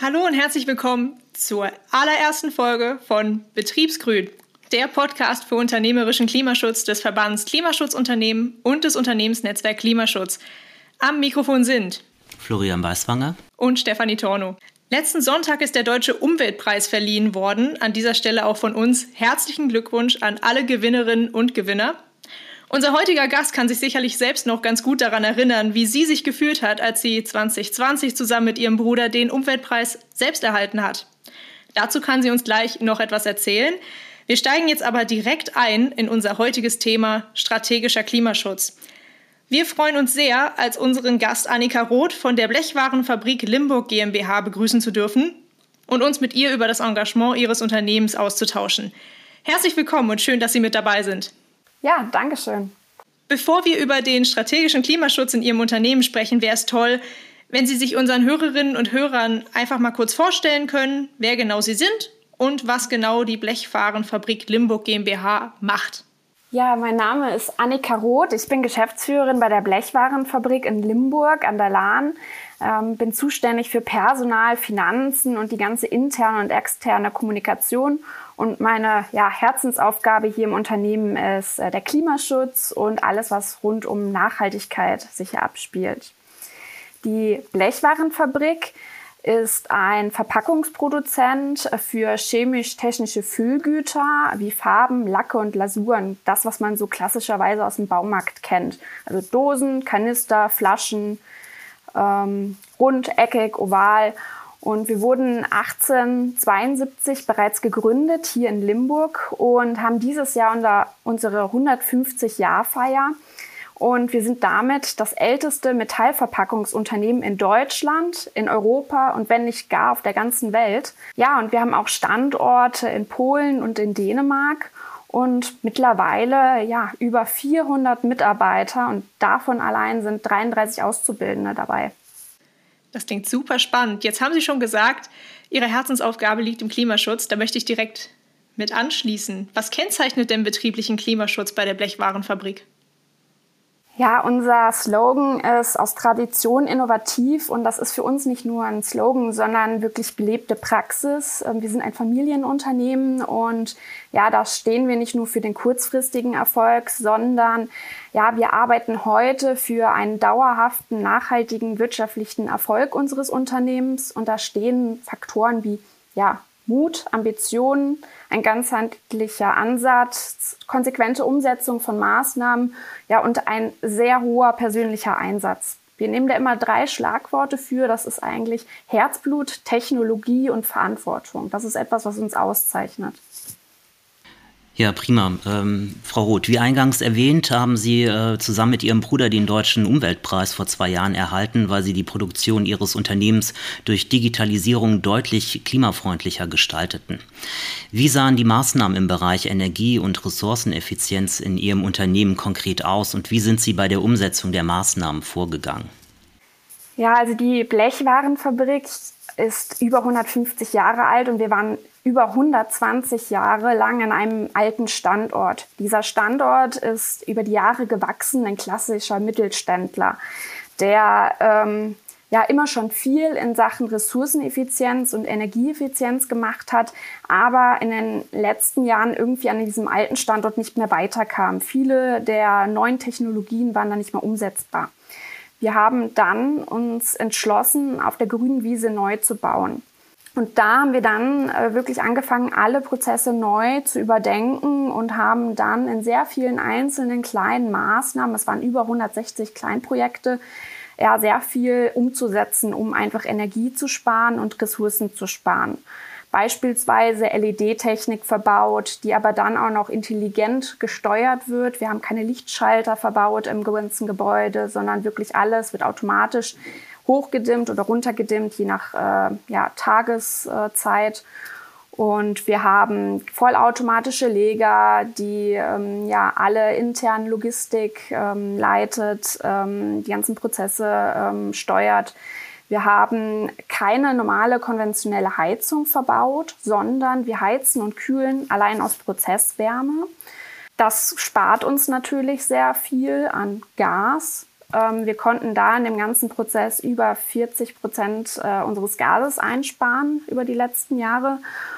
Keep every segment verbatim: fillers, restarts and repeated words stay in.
Hallo und herzlich willkommen zur allerersten Folge von Betriebsgrün, der Podcast für unternehmerischen Klimaschutz des Verbands Klimaschutzunternehmen und des Unternehmensnetzwerk Klimaschutz. Am Mikrofon sind Florian Beiswanger und Stefanie Tornow. Letzten Sonntag ist der Deutsche Umweltpreis verliehen worden. An dieser Stelle auch von uns herzlichen Glückwunsch an alle Gewinnerinnen und Gewinner. Unser heutiger Gast kann sich sicherlich selbst noch ganz gut daran erinnern, wie sie sich gefühlt hat, als sie zwanzig zwanzig zusammen mit ihrem Bruder den Umweltpreis selbst erhalten hat. Dazu kann sie uns gleich noch etwas erzählen. Wir steigen jetzt aber direkt ein in unser heutiges Thema strategischer Klimaschutz. Wir freuen uns sehr, als unseren Gast Annika Roth von der Blechwarenfabrik Limburg GmbH begrüßen zu dürfen und uns mit ihr über das Engagement ihres Unternehmens auszutauschen. Herzlich willkommen und schön, dass Sie mit dabei sind. Ja, danke schön. Bevor wir über den strategischen Klimaschutz in Ihrem Unternehmen sprechen, wäre es toll, wenn Sie sich unseren Hörerinnen und Hörern einfach mal kurz vorstellen können, wer genau Sie sind und was genau die Blechwarenfabrik Limburg GmbH macht. Ja, mein Name ist Annika Roth. Ich bin Geschäftsführerin bei der Blechwarenfabrik in Limburg an der Lahn. Ähm, bin zuständig für Personal, Finanzen und die ganze interne und externe Kommunikation. Und meine ja, Herzensaufgabe hier im Unternehmen ist äh, der Klimaschutz und alles, was rund um Nachhaltigkeit sich hier abspielt. Die Blechwarenfabrik ist ein Verpackungsproduzent für chemisch-technische Füllgüter wie Farben, Lacke und Lasuren. Das, was man so klassischerweise aus dem Baumarkt kennt. Also Dosen, Kanister, Flaschen, ähm, rund, eckig, oval. Und wir wurden achtzehnhundertzweiundsiebzig bereits gegründet hier in Limburg und haben dieses Jahr unser, unsere hundertfünfzig-Jahr-Feier. Und wir sind damit das älteste Metallverpackungsunternehmen in Deutschland, in Europa und wenn nicht gar auf der ganzen Welt. Ja, und wir haben auch Standorte in Polen und in Dänemark und mittlerweile ja über vierhundert Mitarbeiter und davon allein sind dreiunddreißig Auszubildende dabei. Das klingt super spannend. Jetzt haben Sie schon gesagt, Ihre Herzensaufgabe liegt im Klimaschutz. Da möchte ich direkt mit anschließen. Was kennzeichnet den betrieblichen Klimaschutz bei der Blechwarenfabrik? Ja, unser Slogan ist aus Tradition innovativ und das ist für uns nicht nur ein Slogan, sondern wirklich belebte Praxis. Wir sind ein Familienunternehmen und ja, da stehen wir nicht nur für den kurzfristigen Erfolg, sondern ja, wir arbeiten heute für einen dauerhaften, nachhaltigen wirtschaftlichen Erfolg unseres Unternehmens und da stehen Faktoren wie ja, Mut, Ambitionen, ein ganzheitlicher Ansatz, konsequente Umsetzung von Maßnahmen, ja, und ein sehr hoher persönlicher Einsatz. Wir nehmen da immer drei Schlagworte für. Das ist eigentlich Herzblut, Technologie und Verantwortung. Das ist etwas, was uns auszeichnet. Ja, prima. Ähm, Frau Roth, wie eingangs erwähnt, haben Sie äh, zusammen mit Ihrem Bruder den Deutschen Umweltpreis vor zwei Jahren erhalten, weil Sie die Produktion Ihres Unternehmens durch Digitalisierung deutlich klimafreundlicher gestalteten. Wie sahen die Maßnahmen im Bereich Energie- und Ressourceneffizienz in Ihrem Unternehmen konkret aus und wie sind Sie bei der Umsetzung der Maßnahmen vorgegangen? Ja, also die Blechwarenfabrik ist über hundertfünfzig Jahre alt und wir waren über hundertzwanzig Jahre lang an einem alten Standort. Dieser Standort ist über die Jahre gewachsen, ein klassischer Mittelständler, der ähm, ja immer schon viel in Sachen Ressourceneffizienz und Energieeffizienz gemacht hat, aber in den letzten Jahren irgendwie an diesem alten Standort nicht mehr weiterkam. Viele der neuen Technologien waren da nicht mehr umsetzbar. Wir haben dann uns entschlossen, auf der grünen Wiese neu zu bauen. Und da haben wir dann äh, wirklich angefangen, alle Prozesse neu zu überdenken und haben dann in sehr vielen einzelnen kleinen Maßnahmen, es waren über hundertsechzig Kleinprojekte, ja, sehr viel umzusetzen, um einfach Energie zu sparen und Ressourcen zu sparen. Beispielsweise L E D-Technik verbaut, die aber dann auch noch intelligent gesteuert wird. Wir haben keine Lichtschalter verbaut im ganzen Gebäude, sondern wirklich alles wird automatisch hochgedimmt oder runtergedimmt, je nach äh, ja, Tageszeit. Und wir haben vollautomatische Leger, die ähm, ja alle internen Logistik ähm, leitet, ähm, die ganzen Prozesse ähm, steuert. Wir haben keine normale konventionelle Heizung verbaut, sondern wir heizen und kühlen allein aus Prozesswärme. Das spart uns natürlich sehr viel an Gas. Ähm, wir konnten da in dem ganzen Prozess über vierzig Prozent äh, unseres Gases einsparen über die letzten Jahre.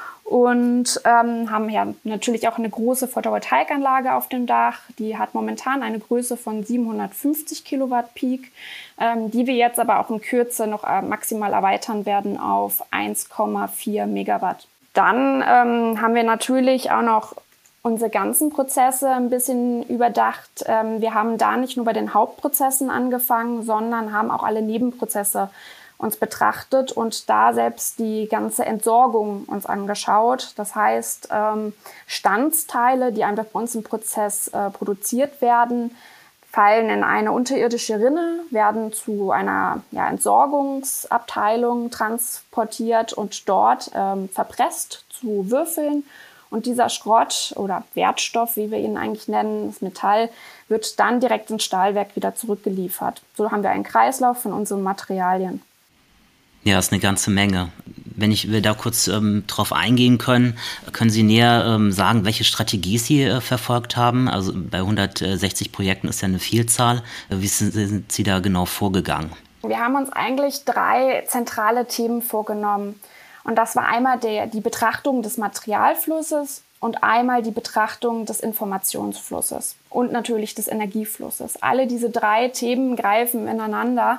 Und ähm, haben ja natürlich auch eine große Photovoltaikanlage auf dem Dach. Die hat momentan eine Größe von siebenhundertfünfzig Kilowatt Peak, ähm, die wir jetzt aber auch in Kürze noch äh, maximal erweitern werden auf eins Komma vier Megawatt. Dann ähm, haben wir natürlich auch noch unsere ganzen Prozesse ein bisschen überdacht. Ähm, wir haben da nicht nur bei den Hauptprozessen angefangen, sondern haben auch alle Nebenprozesse uns betrachtet und da selbst die ganze Entsorgung uns angeschaut. Das heißt, ähm, Bestandteile, die einfach bei uns im Prozess äh, produziert werden, fallen in eine unterirdische Rinne, werden zu einer ja, Entsorgungsabteilung transportiert und dort ähm, verpresst zu Würfeln. Und dieser Schrott oder Wertstoff, wie wir ihn eigentlich nennen, das Metall, wird dann direkt ins Stahlwerk wieder zurückgeliefert. So haben wir einen Kreislauf von unseren Materialien. Ja, ist eine ganze Menge. Wenn ich wir da kurz ähm, drauf eingehen können, können Sie näher ähm, sagen, welche Strategie Sie äh, verfolgt haben? Also bei hundertsechzig Projekten ist ja eine Vielzahl. Wie sind, sind Sie da genau vorgegangen? Wir haben uns eigentlich drei zentrale Themen vorgenommen. Und das war einmal der, die Betrachtung des Materialflusses und einmal die Betrachtung des Informationsflusses und natürlich des Energieflusses. Alle diese drei Themen greifen ineinander.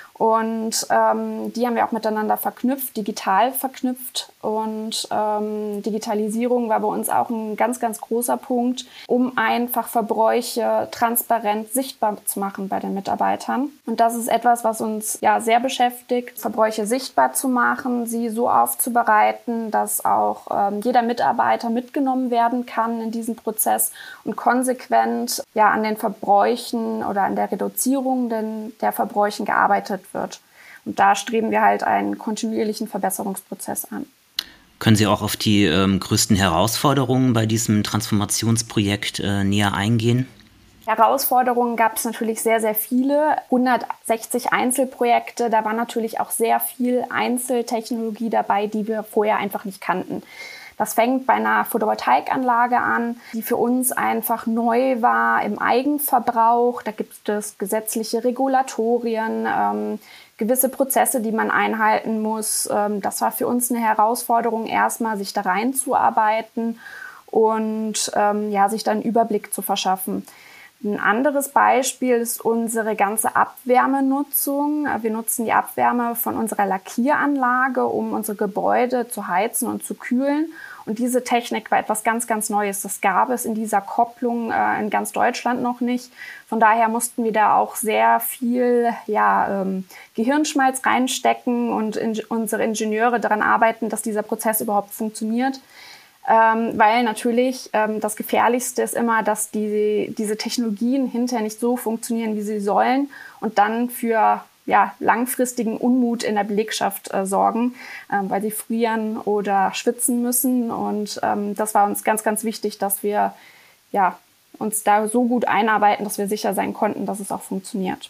Und ähm, die haben wir auch miteinander verknüpft, digital verknüpft. Und ähm, Digitalisierung war bei uns auch ein ganz, ganz großer Punkt, um einfach Verbräuche transparent sichtbar zu machen bei den Mitarbeitern. Und das ist etwas, was uns ja sehr beschäftigt, Verbräuche sichtbar zu machen, sie so aufzubereiten, dass auch ähm, jeder Mitarbeiter mitgenommen werden kann in diesem Prozess und konsequent ja an den Verbräuchen oder an der Reduzierung den, der Verbräuchen gearbeitet wird. Und da streben wir halt einen kontinuierlichen Verbesserungsprozess an. Können Sie auch auf die ähm, größten Herausforderungen bei diesem Transformationsprojekt äh, näher eingehen? Herausforderungen gab es natürlich sehr, sehr viele. hundertsechzig Einzelprojekte, da war natürlich auch sehr viel Einzeltechnologie dabei, die wir vorher einfach nicht kannten. Das fängt bei einer Photovoltaikanlage an, die für uns einfach neu war im Eigenverbrauch. Da gibt es gesetzliche Regulatorien, ähm, gewisse Prozesse, die man einhalten muss. Ähm, das war für uns eine Herausforderung, erstmal sich da reinzuarbeiten und ähm, ja, sich dann einen Überblick zu verschaffen. Ein anderes Beispiel ist unsere ganze Abwärmenutzung. Wir nutzen die Abwärme von unserer Lackieranlage, um unsere Gebäude zu heizen und zu kühlen. Und diese Technik war etwas ganz, ganz Neues. Das gab es in dieser Kopplung äh, in ganz Deutschland noch nicht. Von daher mussten wir da auch sehr viel ja, ähm, Gehirnschmalz reinstecken und in, unsere Ingenieure daran arbeiten, dass dieser Prozess überhaupt funktioniert. Ähm, weil natürlich ähm, das Gefährlichste ist immer, dass die, diese Technologien hinterher nicht so funktionieren, wie sie sollen und dann für ja, langfristigen Unmut in der Belegschaft äh, sorgen, ähm, weil sie frieren oder schwitzen müssen. Und ähm, das war uns ganz, ganz wichtig, dass wir ja, uns da so gut einarbeiten, dass wir sicher sein konnten, dass es auch funktioniert.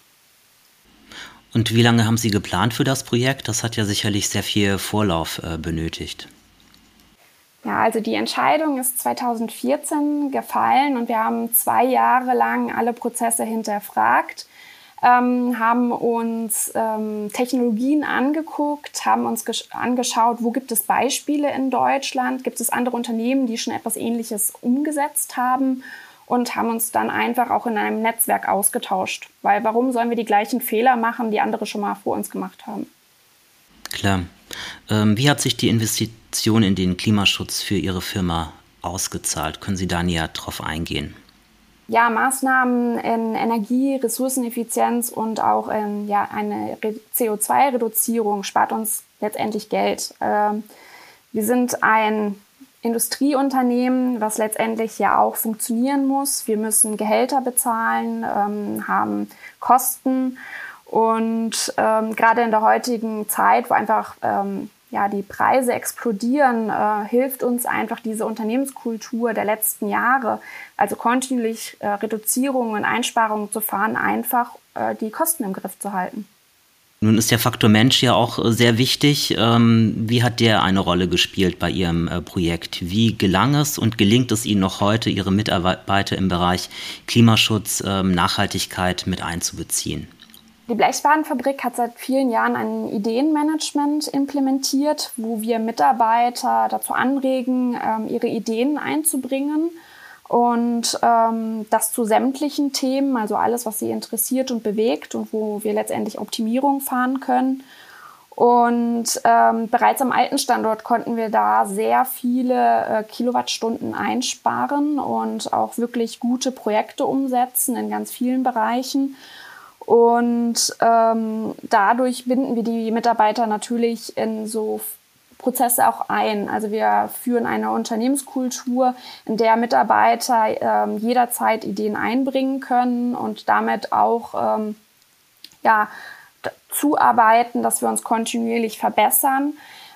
Und wie lange haben Sie geplant für das Projekt? Das hat ja sicherlich sehr viel Vorlauf äh, benötigt. Ja, also die Entscheidung ist zweitausendvierzehn gefallen und wir haben zwei Jahre lang alle Prozesse hinterfragt, ähm, haben uns ähm, Technologien angeguckt, haben uns gesch- angeschaut, wo gibt es Beispiele in Deutschland, gibt es andere Unternehmen, die schon etwas Ähnliches umgesetzt haben und haben uns dann einfach auch in einem Netzwerk ausgetauscht. Weil warum sollen wir die gleichen Fehler machen, die andere schon mal vor uns gemacht haben? Klar. Ähm, wie hat sich die Investition in den Klimaschutz für Ihre Firma ausgezahlt? Können Sie da näher drauf eingehen? Ja, Maßnahmen in Energie, Ressourceneffizienz und auch in, ja, eine C O zwei Reduzierung spart uns letztendlich Geld. Ähm, wir sind ein Industrieunternehmen, was letztendlich ja auch funktionieren muss. Wir müssen Gehälter bezahlen, ähm, haben Kosten. Und ähm, gerade in der heutigen Zeit, wo einfach ähm, ja, die Preise explodieren, äh, hilft uns einfach diese Unternehmenskultur der letzten Jahre, also kontinuierlich äh, Reduzierungen und Einsparungen zu fahren, einfach äh, die Kosten im Griff zu halten. Nun ist der Faktor Mensch ja auch sehr wichtig. Ähm, wie hat der eine Rolle gespielt bei Ihrem äh, Projekt? Wie gelang es und gelingt es Ihnen noch heute, Ihre Mitarbeiter im Bereich Klimaschutz, ähm, Nachhaltigkeit mit einzubeziehen? Die Blechwarenfabrik hat seit vielen Jahren ein Ideenmanagement implementiert, wo wir Mitarbeiter dazu anregen, ihre Ideen einzubringen und das zu sämtlichen Themen, also alles, was sie interessiert und bewegt und wo wir letztendlich Optimierung fahren können. Und ähm, bereits am alten Standort konnten wir da sehr viele äh, Kilowattstunden einsparen und auch wirklich gute Projekte umsetzen in ganz vielen Bereichen. Und ähm, dadurch binden wir die Mitarbeiter natürlich in so Prozesse auch ein. Also wir führen eine Unternehmenskultur, in der Mitarbeiter ähm, jederzeit Ideen einbringen können und damit auch ähm, ja, zuarbeiten, dass wir uns kontinuierlich verbessern.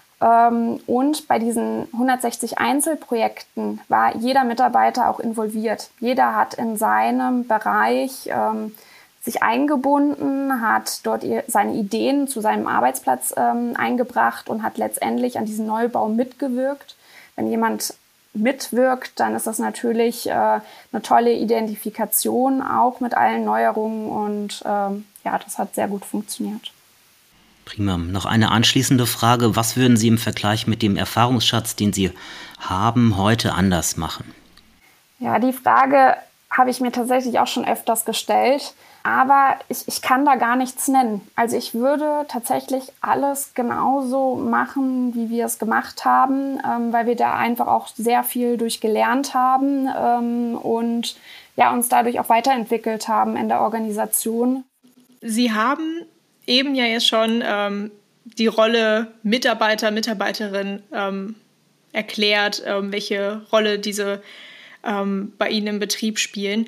Und bei diesen hundertsechzig Einzelprojekten war jeder Mitarbeiter auch involviert. Jeder hat in seinem Bereich ähm, sich eingebunden, hat dort seine Ideen zu seinem Arbeitsplatz ähm, eingebracht und hat letztendlich an diesem Neubau mitgewirkt. Wenn jemand mitwirkt, dann ist das natürlich äh, eine tolle Identifikation, auch mit allen Neuerungen und ähm, ja, das hat sehr gut funktioniert. Prima. Noch eine anschließende Frage. Was würden Sie im Vergleich mit dem Erfahrungsschatz, den Sie haben, heute anders machen? Ja, die Frage habe ich mir tatsächlich auch schon öfters gestellt. Aber ich, ich kann da gar nichts nennen. Also ich würde tatsächlich alles genauso machen, wie wir es gemacht haben, ähm, weil wir da einfach auch sehr viel durch gelernt haben ähm, und ja, uns dadurch auch weiterentwickelt haben in der Organisation. Sie haben eben ja jetzt schon ähm, die Rolle Mitarbeiter, Mitarbeiterin ähm, erklärt, ähm, welche Rolle diese ähm, bei Ihnen im Betrieb spielen.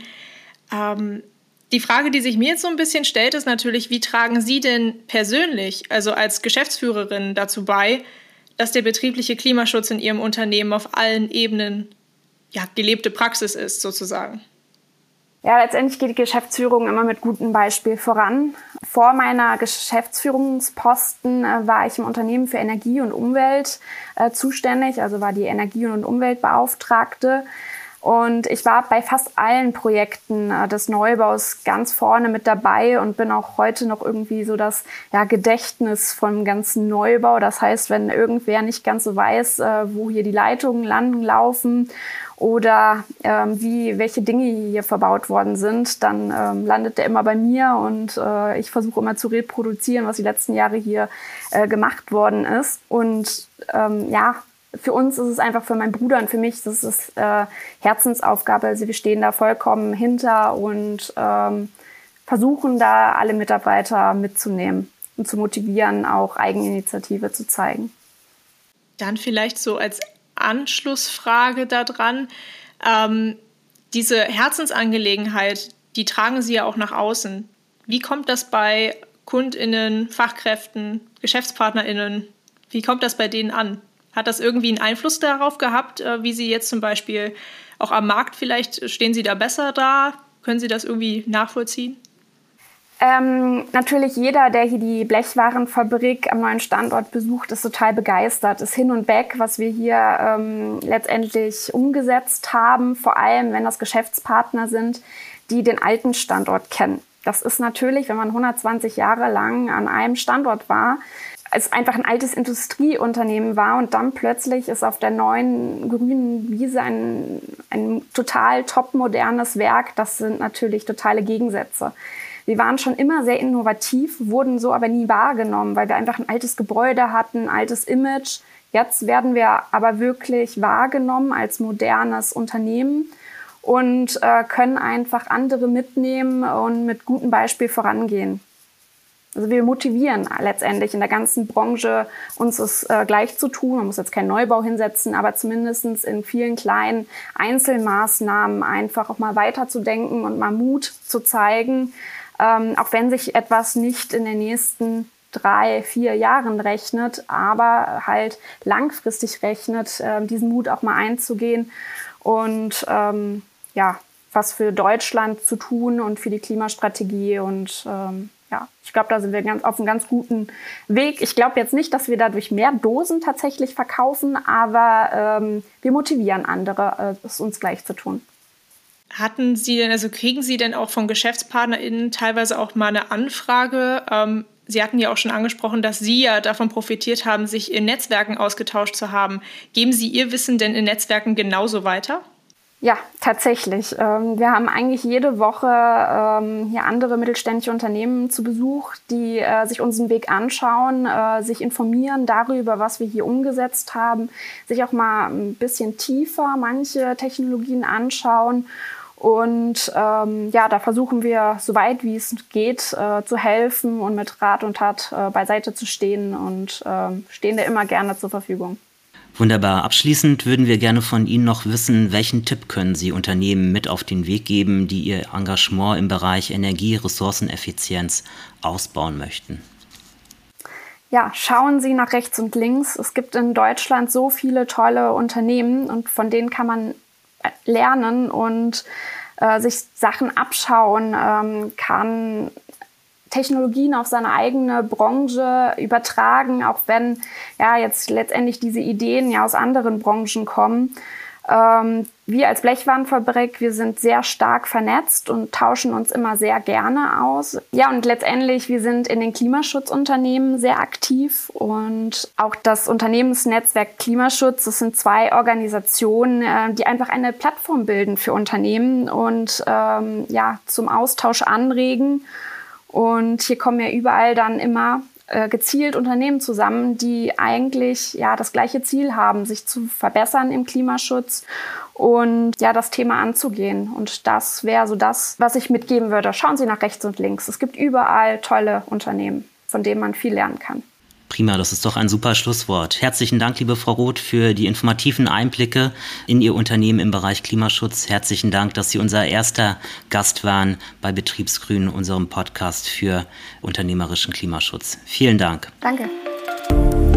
Ähm, Die Frage, die sich mir jetzt so ein bisschen stellt, ist natürlich, wie tragen Sie denn persönlich, also als Geschäftsführerin, dazu bei, dass der betriebliche Klimaschutz in Ihrem Unternehmen auf allen Ebenen ja, gelebte Praxis ist, sozusagen? Ja, letztendlich geht die Geschäftsführung immer mit gutem Beispiel voran. Vor meiner Geschäftsführungsposten äh, war ich im Unternehmen für Energie und Umwelt äh, zuständig, also war die Energie- und Umweltbeauftragte. Und ich war bei fast allen Projekten äh, des Neubaus ganz vorne mit dabei und bin auch heute noch irgendwie so das ja, Gedächtnis vom ganzen Neubau. Das heißt, wenn irgendwer nicht ganz so weiß, äh, wo hier die Leitungen lang laufen oder ähm, wie welche Dinge hier verbaut worden sind, dann ähm, landet der immer bei mir und äh, ich versuche immer zu reproduzieren, was die letzten Jahre hier äh, gemacht worden ist. Und ähm, ja, für uns ist es einfach, für meinen Bruder und für mich, das ist äh, Herzensaufgabe. Also wir stehen da vollkommen hinter und ähm, versuchen da alle Mitarbeiter mitzunehmen und zu motivieren, auch Eigeninitiative zu zeigen. Dann vielleicht so als Anschlussfrage daran, ähm, diese Herzensangelegenheit, die tragen Sie ja auch nach außen. Wie kommt das bei KundInnen, Fachkräften, GeschäftspartnerInnen, wie kommt das bei denen an? Hat das irgendwie einen Einfluss darauf gehabt, wie Sie jetzt zum Beispiel auch am Markt vielleicht, stehen Sie da besser da? Können Sie das irgendwie nachvollziehen? Ähm, natürlich jeder, der hier die Blechwarenfabrik am neuen Standort besucht, ist total begeistert. Ist hin und weg, was wir hier ähm, letztendlich umgesetzt haben, vor allem wenn das Geschäftspartner sind, die den alten Standort kennen. Das ist natürlich, wenn man hundertzwanzig Jahre lang an einem Standort war, es einfach ein altes Industrieunternehmen war und dann plötzlich ist auf der neuen grünen Wiese ein, ein total topmodernes Werk. Das sind natürlich totale Gegensätze. Wir waren schon immer sehr innovativ, wurden so aber nie wahrgenommen, weil wir einfach ein altes Gebäude hatten, ein altes Image. Jetzt werden wir aber wirklich wahrgenommen als modernes Unternehmen und äh, können einfach andere mitnehmen und mit gutem Beispiel vorangehen. Also wir motivieren letztendlich in der ganzen Branche, uns es äh, gleich zu tun. Man muss jetzt keinen Neubau hinsetzen, aber zumindest in vielen kleinen Einzelmaßnahmen einfach auch mal weiterzudenken und mal Mut zu zeigen. Ähm, auch wenn sich etwas nicht in den nächsten drei, vier Jahren rechnet, aber halt langfristig rechnet, äh, diesen Mut auch mal einzugehen und ähm, ja, was für Deutschland zu tun und für die Klimastrategie und ähm, ja, ich glaube, da sind wir ganz, auf einem ganz guten Weg. Ich glaube jetzt nicht, dass wir dadurch mehr Dosen tatsächlich verkaufen, aber ähm, wir motivieren andere, äh, es uns gleich zu tun. Hatten Sie denn, also kriegen Sie denn auch von GeschäftspartnerInnen teilweise auch mal eine Anfrage? Ähm, Sie hatten ja auch schon angesprochen, dass Sie ja davon profitiert haben, sich in Netzwerken ausgetauscht zu haben. Geben Sie Ihr Wissen denn in Netzwerken genauso weiter? Ja, tatsächlich. Wir haben eigentlich jede Woche hier andere mittelständische Unternehmen zu Besuch, die sich unseren Weg anschauen, sich informieren darüber, was wir hier umgesetzt haben, sich auch mal ein bisschen tiefer manche Technologien anschauen. Und ähm, ja, da versuchen wir, so weit wie es geht, äh, zu helfen und mit Rat und Tat äh, beiseite zu stehen und äh, stehen da immer gerne zur Verfügung. Wunderbar. Abschließend würden wir gerne von Ihnen noch wissen, welchen Tipp können Sie Unternehmen mit auf den Weg geben, die ihr Engagement im Bereich Energie-, Ressourceneffizienz ausbauen möchten? Ja, schauen Sie nach rechts und links. Es gibt in Deutschland so viele tolle Unternehmen und von denen kann man lernen und äh, sich Sachen abschauen, ähm, kann Technologien auf seine eigene Branche übertragen, auch wenn ja jetzt letztendlich diese Ideen ja aus anderen Branchen kommen. Ähm, wir als Blechwarenfabrik, wir sind sehr stark vernetzt und tauschen uns immer sehr gerne aus. Ja, und letztendlich, wir sind in den Klimaschutzunternehmen sehr aktiv und auch das Unternehmensnetzwerk Klimaschutz, das sind zwei Organisationen, äh, die einfach eine Plattform bilden für Unternehmen und ähm, ja, zum Austausch anregen. Und hier kommen ja überall dann immer äh, gezielt Unternehmen zusammen, die eigentlich ja das gleiche Ziel haben, sich zu verbessern im Klimaschutz und ja das Thema anzugehen. Und das wäre so das, was ich mitgeben würde. Schauen Sie nach rechts und links. Es gibt überall tolle Unternehmen, von denen man viel lernen kann. Prima, das ist doch ein super Schlusswort. Herzlichen Dank, liebe Frau Roth, für die informativen Einblicke in Ihr Unternehmen im Bereich Klimaschutz. Herzlichen Dank, dass Sie unser erster Gast waren bei Betriebsgrün, unserem Podcast für unternehmerischen Klimaschutz. Vielen Dank. Danke.